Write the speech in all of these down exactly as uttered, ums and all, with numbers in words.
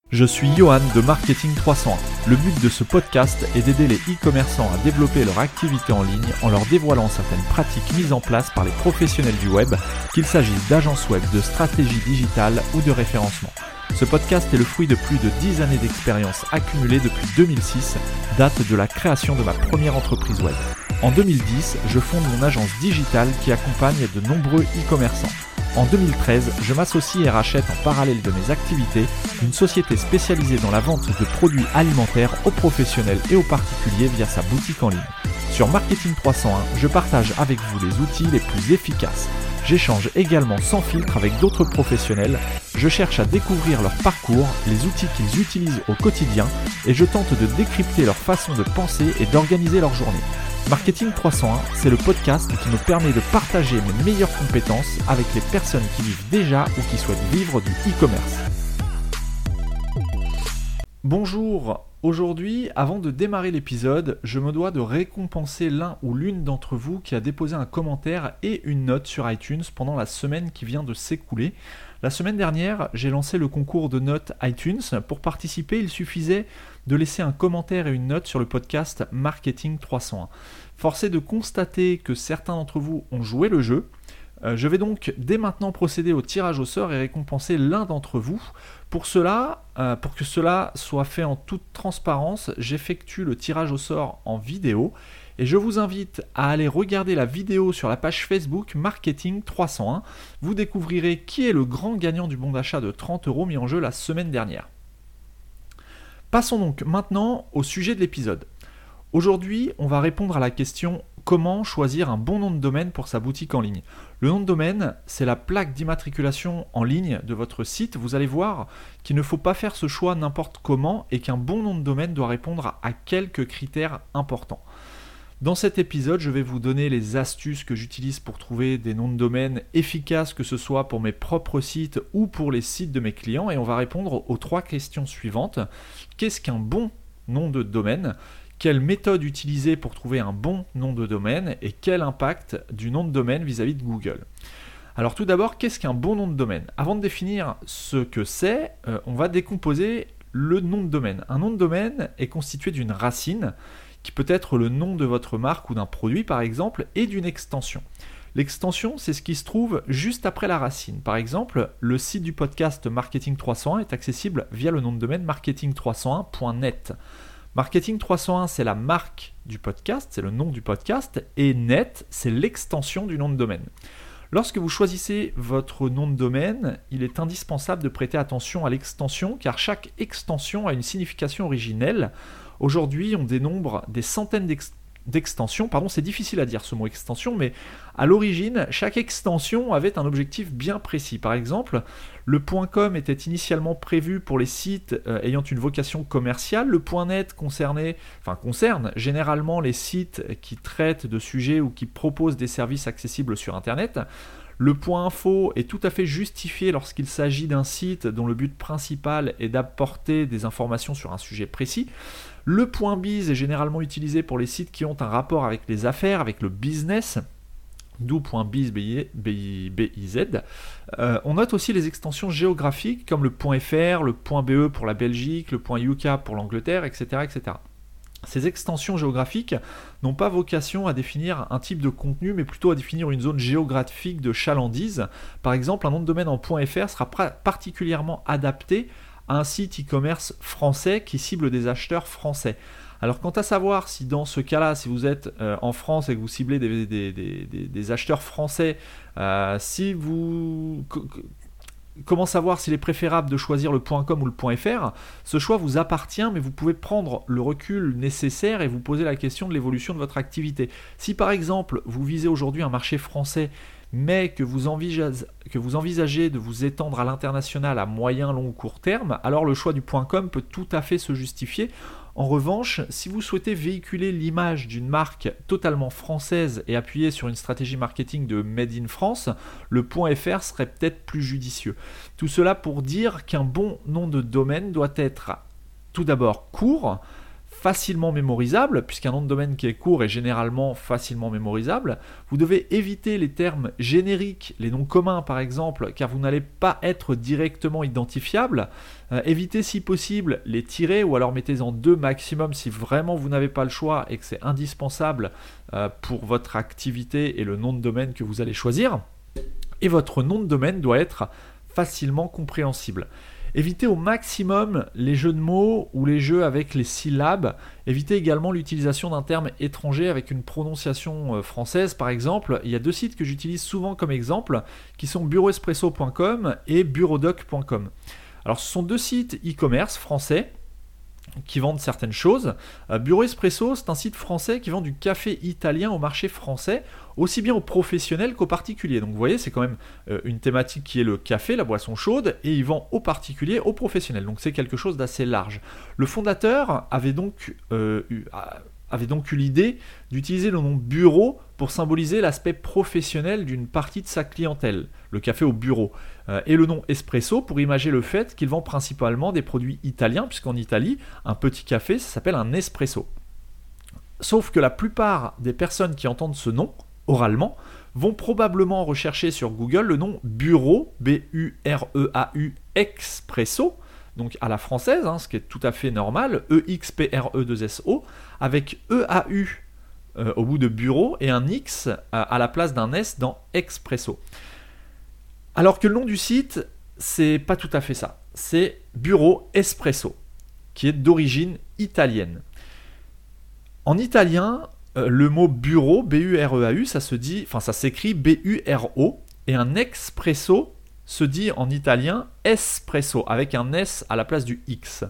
Je suis Johan de Marketing trois cent un. Le but de ce podcast est d'aider les e-commerçants à développer leur activité en ligne en leur dévoilant certaines pratiques mises en place par les professionnels du web, qu'il s'agisse d'agences web, de stratégie digitale ou de référencement. Ce podcast est le fruit de plus de dix années d'expérience accumulée depuis deux mille six, date de la création de ma première entreprise web. En deux mille dix, je fonde mon agence digitale qui accompagne de nombreux e-commerçants. En deux mille treize, je m'associe et rachète en parallèle de mes activités une société spécialisée dans la vente de produits alimentaires aux professionnels et aux particuliers via sa boutique en ligne. Sur Marketing trois cent un, je partage avec vous les outils les plus efficaces. J'échange également sans filtre avec d'autres professionnels, je cherche à découvrir leur parcours, les outils qu'ils utilisent au quotidien et je tente de décrypter leur façon de penser et d'organiser leur journée. Marketing trois cent un, c'est le podcast qui me permet de partager mes meilleures compétences avec les personnes qui vivent déjà ou qui souhaitent vivre du e-commerce. Bonjour, aujourd'hui, avant de démarrer l'épisode, je me dois de récompenser l'un ou l'une d'entre vous qui a déposé un commentaire et une note sur iTunes pendant la semaine qui vient de s'écouler. La semaine dernière, j'ai lancé le concours de notes iTunes. Pour participer, il suffisait de laisser un commentaire et une note sur le podcast Marketing trois cent un. Force est de constater que certains d'entre vous ont joué le jeu. Euh, je vais donc dès maintenant procéder au tirage au sort et récompenser l'un d'entre vous. Pour cela, euh, pour que cela soit fait en toute transparence, j'effectue le tirage au sort en vidéo et je vous invite à aller regarder la vidéo sur la page Facebook Marketing trois cent un. Vous découvrirez qui est le grand gagnant du bon d'achat de trente euros mis en jeu la semaine dernière. Passons donc maintenant au sujet de l'épisode. Aujourd'hui, on va répondre à la question « Comment choisir un bon nom de domaine pour sa boutique en ligne ?» Le nom de domaine, c'est la plaque d'immatriculation en ligne de votre site. Vous allez voir qu'il ne faut pas faire ce choix n'importe comment et qu'un bon nom de domaine doit répondre à quelques critères importants. Dans cet épisode, je vais vous donner les astuces que j'utilise pour trouver des noms de domaine efficaces, que ce soit pour mes propres sites ou pour les sites de mes clients, et on va répondre aux trois questions suivantes. Qu'est-ce qu'un bon nom de domaine ? Quelle méthode utiliser pour trouver un bon nom de domaine et quel impact du nom de domaine vis-à-vis de Google. Alors tout d'abord, qu'est-ce qu'un bon nom de domaine ? Avant de définir ce que c'est, euh, on va décomposer le nom de domaine. Un nom de domaine est constitué d'une racine, qui peut être le nom de votre marque ou d'un produit par exemple, et d'une extension. L'extension, c'est ce qui se trouve juste après la racine. Par exemple, le site du podcast Marketing trois cent un est accessible via le nom de domaine marketing trois cent un point net. Marketing trois cent un, c'est la marque du podcast, c'est le nom du podcast, et net, c'est l'extension du nom de domaine. Lorsque vous choisissez votre nom de domaine, il est indispensable de prêter attention à l'extension, car chaque extension a une signification originelle. Aujourd'hui, on dénombre des centaines d'ex- d'extensions, pardon, c'est difficile à dire ce mot extension, mais à l'origine, chaque extension avait un objectif bien précis. Par exemple, le .com était initialement prévu pour les sites euh, ayant une vocation commerciale. Le .net concernait, enfin, concerne généralement les sites qui traitent de sujets ou qui proposent des services accessibles sur Internet. Le .info est tout à fait justifié lorsqu'il s'agit d'un site dont le but principal est d'apporter des informations sur un sujet précis. Le .biz est généralement utilisé pour les sites qui ont un rapport avec les affaires, avec le business, d'où .biz, B I Z. Euh, on note aussi les extensions géographiques comme le .fr, le .be pour la Belgique, le .uk pour l'Angleterre, et cetera, et cetera. Ces extensions géographiques n'ont pas vocation à définir un type de contenu, mais plutôt à définir une zone géographique de chalandise. Par exemple, un nom de domaine en .fr sera pra- particulièrement adapté à un site e-commerce français qui cible des acheteurs français. Alors quant à savoir si dans ce cas-là, si vous êtes euh, en France et que vous ciblez des, des, des, des, des acheteurs français, euh, si vous... Comment savoir s'il est préférable de choisir le .com ou le .fr ? Ce choix vous appartient, mais vous pouvez prendre le recul nécessaire et vous poser la question de l'évolution de votre activité. Si par exemple, vous visez aujourd'hui un marché français, mais que vous envisagez, que vous envisagez de vous étendre à l'international à moyen, long ou court terme, alors le choix du .com peut tout à fait se justifier. En revanche, si vous souhaitez véhiculer l'image d'une marque totalement française et appuyer sur une stratégie marketing de Made in France, le .fr serait peut-être plus judicieux. Tout cela pour dire qu'un bon nom de domaine doit être tout d'abord court, facilement mémorisable, puisqu'un nom de domaine qui est court est généralement facilement mémorisable. Vous devez éviter les termes génériques, les noms communs par exemple, car vous n'allez pas être directement identifiable. Euh, évitez si possible les tirets, ou alors mettez-en deux maximum si vraiment vous n'avez pas le choix et que c'est indispensable euh, pour votre activité et le nom de domaine que vous allez choisir. Et votre nom de domaine doit être facilement compréhensible. Évitez au maximum les jeux de mots ou les jeux avec les syllabes. Évitez également l'utilisation d'un terme étranger avec une prononciation française. Par exemple, il y a deux sites que j'utilise souvent comme exemple, qui sont bureau espresso point com et bureaudoc point com. Alors, ce sont deux sites e-commerce français qui vendent certaines choses. Euh, Bureau Espresso, c'est un site français qui vend du café italien au marché français, aussi bien aux professionnels qu'aux particuliers. Donc vous voyez, c'est quand même euh, une thématique qui est le café, la boisson chaude, et il vend aux particuliers, aux professionnels. Donc c'est quelque chose d'assez large. Le fondateur avait donc euh, eu... avait donc eu l'idée d'utiliser le nom bureau pour symboliser l'aspect professionnel d'une partie de sa clientèle, le café au bureau, euh, et le nom espresso pour imager le fait qu'il vend principalement des produits italiens, puisqu'en Italie, un petit café, ça s'appelle un espresso. Sauf que la plupart des personnes qui entendent ce nom, oralement, vont probablement rechercher sur Google le nom bureau, B U R E A U, expresso, donc à la française, hein, ce qui est tout à fait normal, E X P R E deux S O, avec E A U euh, au bout de bureau et un X euh, à la place d'un S dans expresso. Alors que le nom du site, c'est pas tout à fait ça. C'est Bureau Espresso, qui est d'origine italienne. En italien, euh, le mot bureau, B U R E A U, ça se dit, enfin ça s'écrit B U R O, et un expresso se dit en italien espresso, avec un S à la place du X.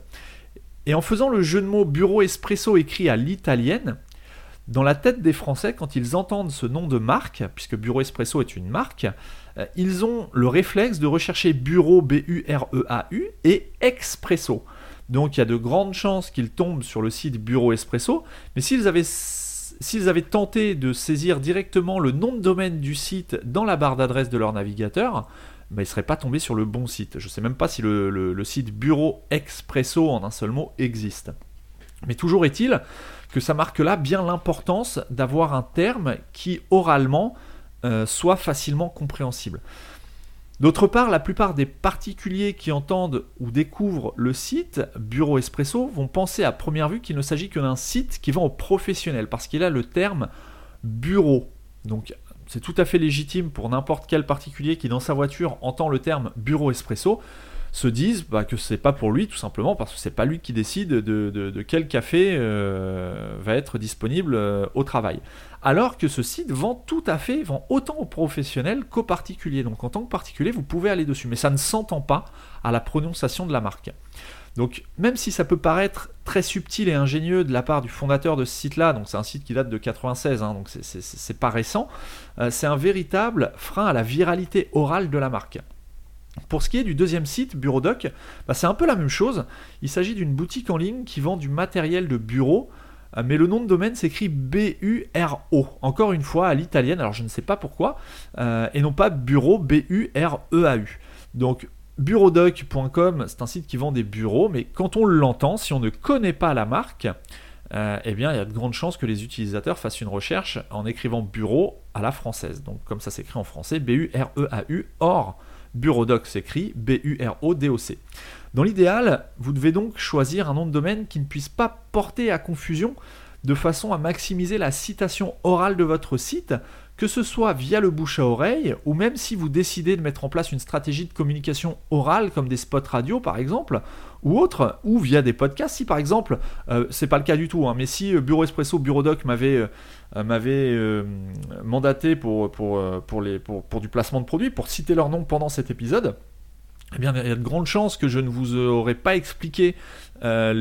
Et en faisant le jeu de mots bureau espresso écrit à l'italienne, dans la tête des Français, quand ils entendent ce nom de marque, puisque Bureau Espresso est une marque, euh, ils ont le réflexe de rechercher bureau, B U R E A U, et expresso. Donc il y a de grandes chances qu'ils tombent sur le site Bureau Espresso, mais s'ils avaient, s'ils avaient tenté de saisir directement le nom de domaine du site dans la barre d'adresse de leur navigateur, bah, ils ne seraient pas tombés sur le bon site. Je ne sais même pas si le, le, le site Bureau Expresso en un seul mot existe. Mais toujours est-il que ça marque là bien l'importance d'avoir un terme qui oralement euh, soit facilement compréhensible. D'autre part, la plupart des particuliers qui entendent ou découvrent le site Bureau Espresso vont penser à première vue qu'il ne s'agit que d'un site qui vend aux professionnels, parce qu'il a le terme bureau. Donc c'est tout à fait légitime pour n'importe quel particulier qui dans sa voiture entend le terme Bureau Espresso, se disent bah, que c'est pas pour lui, tout simplement parce que c'est pas lui qui décide de, de, de quel café euh, va être disponible euh, au travail. Alors que ce site vend tout à fait, vend autant aux professionnels qu'aux particuliers. Donc en tant que particulier, vous pouvez aller dessus, mais ça ne s'entend pas à la prononciation de la marque. Donc même si ça peut paraître très subtil et ingénieux de la part du fondateur de ce site-là, donc c'est un site qui date de quatre-vingt-seize, hein, donc c'est, c'est, c'est pas récent, euh, c'est un véritable frein à la viralité orale de la marque. Pour ce qui est du deuxième site, Bureaudoc, bah c'est un peu la même chose. Il s'agit d'une boutique en ligne qui vend du matériel de bureau, mais le nom de domaine s'écrit B U R O, encore une fois à l'italienne, alors je ne sais pas pourquoi, euh, et non pas bureau, B U R E A U. Donc bureaudoc point com, c'est un site qui vend des bureaux, mais quand on l'entend, si on ne connaît pas la marque, euh, eh bien il y a de grandes chances que les utilisateurs fassent une recherche en écrivant bureau à la française. Donc comme ça s'écrit en français, B U R E A U, or Bureaudoc s'écrit B U R O D O C. Dans l'idéal, vous devez donc choisir un nom de domaine qui ne puisse pas porter à confusion, de façon à maximiser la citation orale de votre site, que ce soit via le bouche à oreille, ou même si vous décidez de mettre en place une stratégie de communication orale, comme des spots radio par exemple, ou autre, ou via des podcasts. Si par exemple, euh, c'est pas le cas du tout, hein, mais si euh, Bureau Espresso, Bureaudoc m'avait, euh, m'avait euh, mandaté pour, pour, euh, pour, les, pour, pour du placement de produits, pour citer leur nom pendant cet épisode, eh bien, il y a de grandes chances que je ne vous aurais pas expliqué euh,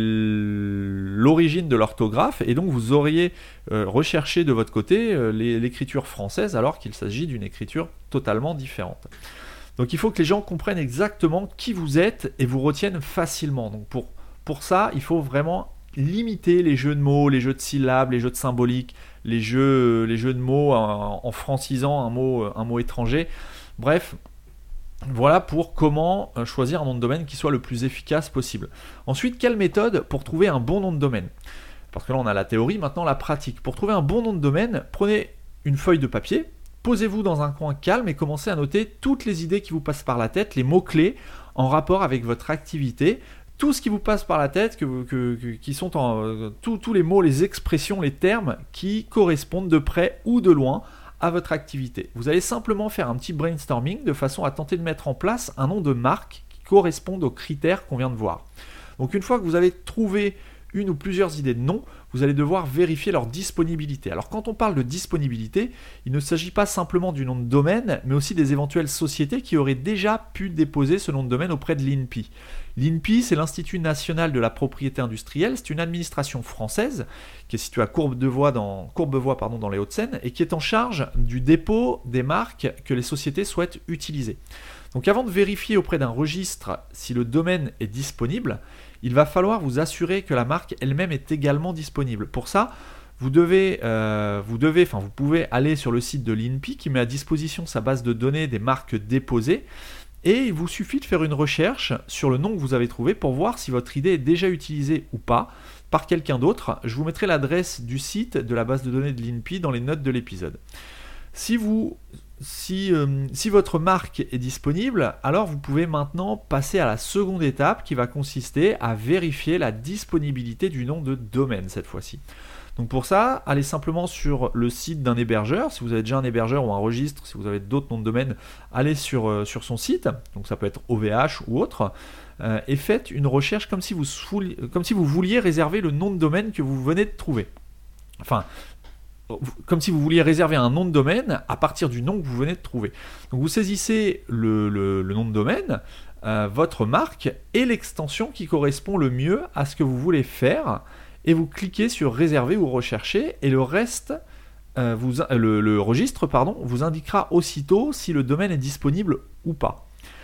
l'origine de l'orthographe, et donc vous auriez euh, recherché de votre côté euh, l'écriture française, alors qu'il s'agit d'une écriture totalement différente. Donc il faut que les gens comprennent exactement qui vous êtes et vous retiennent facilement. Donc pour, pour ça, il faut vraiment limiter les jeux de mots, les jeux de syllabes, les jeux de symboliques, les jeux, les jeux de mots en, en francisant un mot, un mot étranger. Bref, voilà pour comment choisir un nom de domaine qui soit le plus efficace possible. Ensuite, quelle méthode pour trouver un bon nom de domaine ? parce que là on a la théorie, maintenant la pratique. Pour trouver un bon nom de domaine, prenez une feuille de papier, posez-vous dans un coin calme et commencez à noter toutes les idées qui vous passent par la tête, les mots-clés en rapport avec votre activité, tout ce qui vous passe par la tête, que, que, que, qui sont en, euh, tous les mots, les expressions, les termes qui correspondent de près ou de loin à votre activité. Vous allez simplement faire un petit brainstorming de façon à tenter de mettre en place un nom de marque qui corresponde aux critères qu'on vient de voir. Donc une fois que vous avez trouvé une ou plusieurs idées de noms, vous allez devoir vérifier leur disponibilité. Alors quand on parle de disponibilité, il ne s'agit pas simplement du nom de domaine, mais aussi des éventuelles sociétés qui auraient déjà pu déposer ce nom de domaine auprès de l'I N P I. L'I N P I, c'est l'Institut national de la propriété industrielle, c'est une administration française qui est située à Courbevoie dans, Courbevoie, pardon, dans les Hauts-de-Seine et qui est en charge du dépôt des marques que les sociétés souhaitent utiliser. Donc avant de vérifier auprès d'un registre si le domaine est disponible, il va falloir vous assurer que la marque elle-même est également disponible. Pour ça, vous devez, euh, vous devez, enfin vous pouvez aller sur le site de l'I N P I qui met à disposition sa base de données des marques déposées et il vous suffit de faire une recherche sur le nom que vous avez trouvé pour voir si votre idée est déjà utilisée ou pas par quelqu'un d'autre. Je vous mettrai l'adresse du site de la base de données de l'I N P I dans les notes de l'épisode. Si vous Si, euh, si votre marque est disponible, alors vous pouvez maintenant passer à la seconde étape qui va consister à vérifier la disponibilité du nom de domaine cette fois-ci. Donc pour ça, allez simplement sur le site d'un hébergeur. Si vous avez déjà un hébergeur ou un registre, si vous avez d'autres noms de domaine, allez sur, euh, sur son site. Donc ça peut être O V H ou autre. Euh, et faites une recherche comme si, vous souliez, comme si vous vouliez réserver le nom de domaine que vous venez de trouver. Enfin, comme si vous vouliez réserver un nom de domaine à partir du nom que vous venez de trouver. Donc vous saisissez le, le, le nom de domaine, euh, votre marque et l'extension qui correspond le mieux à ce que vous voulez faire et vous cliquez sur réserver ou rechercher et le reste, euh, vous, euh, le, le registre pardon, vous indiquera aussitôt si le domaine est disponible ou pas.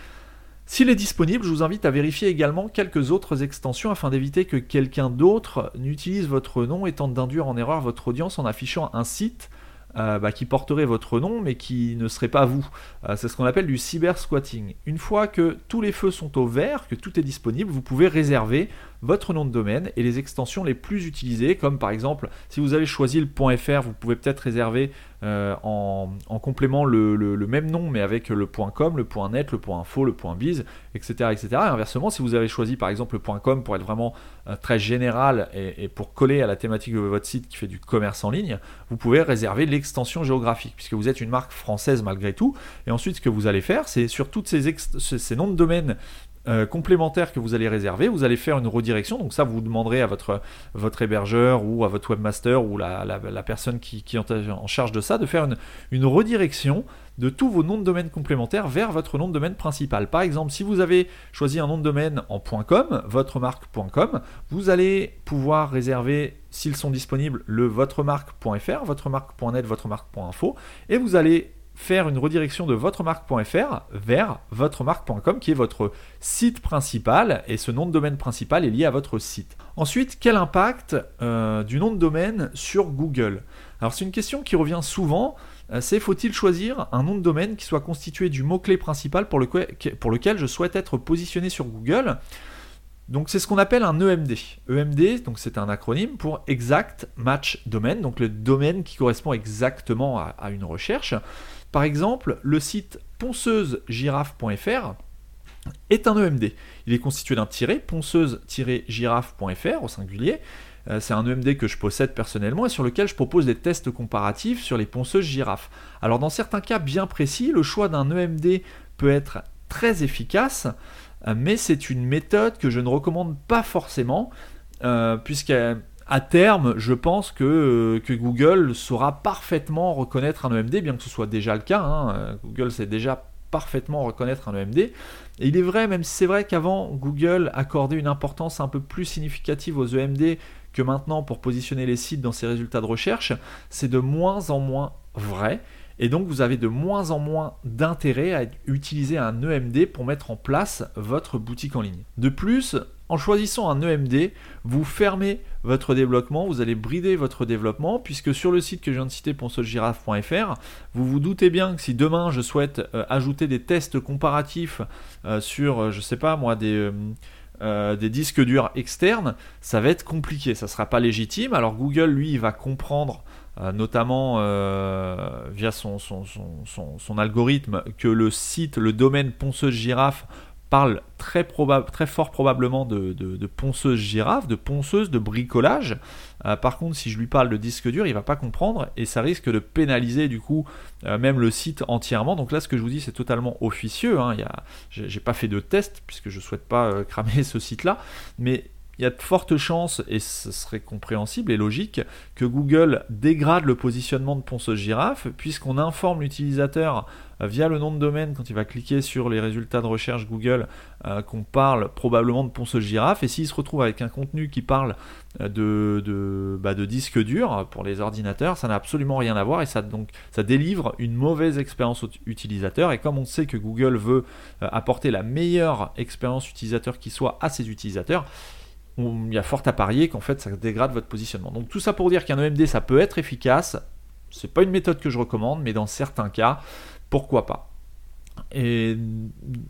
S'il est disponible, je vous invite à vérifier également quelques autres extensions afin d'éviter que quelqu'un d'autre n'utilise votre nom et tente d'induire en erreur votre audience en affichant un site euh, bah, qui porterait votre nom mais qui ne serait pas vous. Euh, c'est ce qu'on appelle du cyber-squatting. Une fois que tous les feux sont au vert, que tout est disponible, vous pouvez réserver votre nom de domaine et les extensions les plus utilisées, comme par exemple, si vous avez choisi le .fr, vous pouvez peut-être réserver euh, en, en complément le, le, le même nom, mais avec le .com, le .net, le .info, le .biz, et cetera, et cetera. Et inversement, si vous avez choisi par exemple le .com pour être vraiment euh, très général et, et pour coller à la thématique de votre site qui fait du commerce en ligne, vous pouvez réserver l'extension géographique, puisque vous êtes une marque française malgré tout. Et ensuite, ce que vous allez faire, c'est sur toutes ces, ex- ces noms de domaine Euh, complémentaires que vous allez réserver, vous allez faire une redirection. Donc ça, vous demanderez à votre, votre hébergeur ou à votre webmaster ou la, la, la personne qui, qui est en charge de ça, de faire une, une redirection de tous vos noms de domaine complémentaires vers votre nom de domaine principal. Par exemple, si vous avez choisi un nom de domaine en .com, votremarque.com, vous allez pouvoir réserver, s'ils sont disponibles, le votremarque.fr, votremarque.net, votremarque.info, et vous allez faire une redirection de votremarque.fr vers votremarque.com qui est votre site principal et ce nom de domaine principal est lié à votre site. Ensuite, quel impact euh, du nom de domaine sur Google ? Alors c'est une question qui revient souvent, euh, c'est faut-il choisir un nom de domaine qui soit constitué du mot-clé principal pour, le, pour lequel je souhaite être positionné sur Google ? Donc c'est ce qu'on appelle un E M D. E M D, donc c'est un acronyme pour Exact Match Domain, donc le domaine qui correspond exactement à, à une recherche. Par exemple, le site ponceuse-girafe.fr est un E M D. Il est constitué d'un tiret, ponceuse-girafe.fr au singulier. Euh, c'est un E M D que je possède personnellement et sur lequel je propose des tests comparatifs sur les ponceuses girafes. Alors dans certains cas bien précis, le choix d'un E M D peut être très efficace, mais c'est une méthode que je ne recommande pas forcément, euh, puisqu'à à terme, je pense que, euh, que Google saura parfaitement reconnaître un E M D, bien que ce soit déjà le cas. Hein, Google sait déjà parfaitement reconnaître un E M D. Et il est vrai, même si c'est vrai qu'avant, Google accordait une importance un peu plus significative aux E M D que maintenant pour positionner les sites dans ses résultats de recherche, c'est de moins en moins vrai. Et donc, vous avez de moins en moins d'intérêt à utiliser un E M D pour mettre en place votre boutique en ligne. De plus, en choisissant un E M D, vous fermez votre développement, vous allez brider votre développement, puisque sur le site que je viens de citer, ponceuse-girafe point f r, vous vous doutez bien que si demain je souhaite euh, ajouter des tests comparatifs euh, sur, euh, je sais pas moi, des... Euh, euh, des disques durs externes, ça va être compliqué, ça ne sera pas légitime. Alors Google, lui, il va comprendre, euh, notamment euh, via son, son, son, son, son algorithme, que le site, le domaine ponceuse girafe parle très, probab- très fort probablement de, de, de ponceuse girafe, de ponceuse, de bricolage. Euh, par contre, si je lui parle de disque dur, il ne va pas comprendre et ça risque de pénaliser du coup euh, même le site entièrement. Donc là, ce que je vous dis, c'est totalement officieux. Hein. Il y a, j'ai, j'ai pas fait de test puisque je ne souhaite pas euh, cramer ce site-là, mais il y a de fortes chances, et ce serait compréhensible et logique, que Google dégrade le positionnement de ponceuse girafe, puisqu'on informe l'utilisateur euh, via le nom de domaine, quand il va cliquer sur les résultats de recherche Google, euh, qu'on parle probablement de ponceuse girafe, et s'il se retrouve avec un contenu qui parle euh, de, de, bah, de disque dur pour les ordinateurs, ça n'a absolument rien à voir, et ça, donc, ça délivre une mauvaise expérience utilisateur, et comme on sait que Google veut euh, apporter la meilleure expérience utilisateur qui soit à ses utilisateurs, il y a fort à parier qu'en fait ça dégrade votre positionnement. Donc tout ça pour dire qu'un E M D ça peut être efficace, c'est pas une méthode que je recommande, mais dans certains cas, pourquoi pas. Et pourquoi ?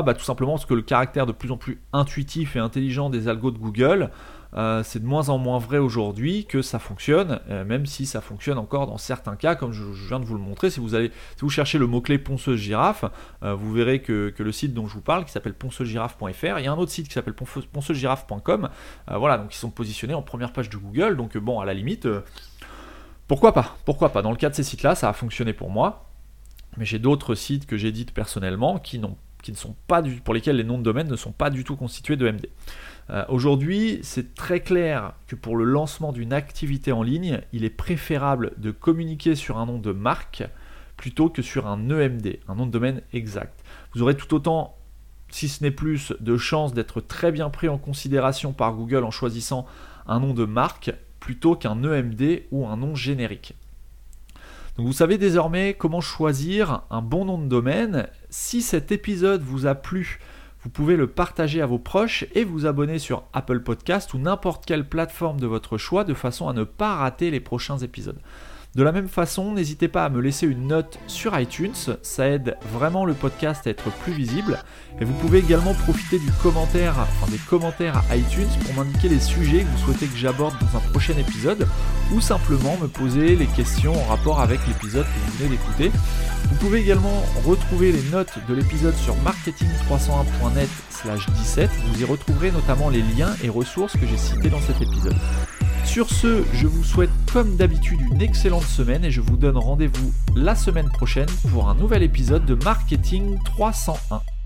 Bah, tout simplement parce que le caractère de plus en plus intuitif et intelligent des algos de Google, euh, c'est de moins en moins vrai aujourd'hui que ça fonctionne, euh, même si ça fonctionne encore dans certains cas, comme je, je viens de vous le montrer. Si vous, allez, si vous cherchez le mot-clé ponceuse girafe, euh, vous verrez que, que le site dont je vous parle, qui s'appelle ponceuse girafe point f r, il y a un autre site qui s'appelle ponceuse girafe point com, euh, voilà, donc ils sont positionnés en première page de Google, donc bon, à la limite, euh, pourquoi pas, pourquoi pas. Dans le cas de ces sites-là, ça a fonctionné pour moi. Mais j'ai d'autres sites que j'édite personnellement qui, n'ont, qui ne sont pas du, pour lesquels les noms de domaine ne sont pas du tout constitués de E M D. Euh, aujourd'hui, c'est très clair que pour le lancement d'une activité en ligne, il est préférable de communiquer sur un nom de marque plutôt que sur un E M D, un nom de domaine exact. Vous aurez tout autant, si ce n'est plus, de chances d'être très bien pris en considération par Google en choisissant un nom de marque plutôt qu'un E M D ou un nom générique. Donc vous savez désormais comment choisir un bon nom de domaine. Si cet épisode vous a plu, vous pouvez le partager à vos proches et vous abonner sur Apple Podcast ou n'importe quelle plateforme de votre choix de façon à ne pas rater les prochains épisodes. De la même façon, n'hésitez pas à me laisser une note sur iTunes, ça aide vraiment le podcast à être plus visible. Et vous pouvez également profiter du commentaire, enfin des commentaires à iTunes pour m'indiquer les sujets que vous souhaitez que j'aborde dans un prochain épisode ou simplement me poser les questions en rapport avec l'épisode que vous venez d'écouter. Vous pouvez également retrouver les notes de l'épisode sur marketing trois cent un point net slash dix-sept. Vous y retrouverez notamment les liens et ressources que j'ai cités dans cet épisode. Sur ce, je vous souhaite comme d'habitude une excellente semaine et je vous donne rendez-vous la semaine prochaine pour un nouvel épisode de Marketing trois cent un.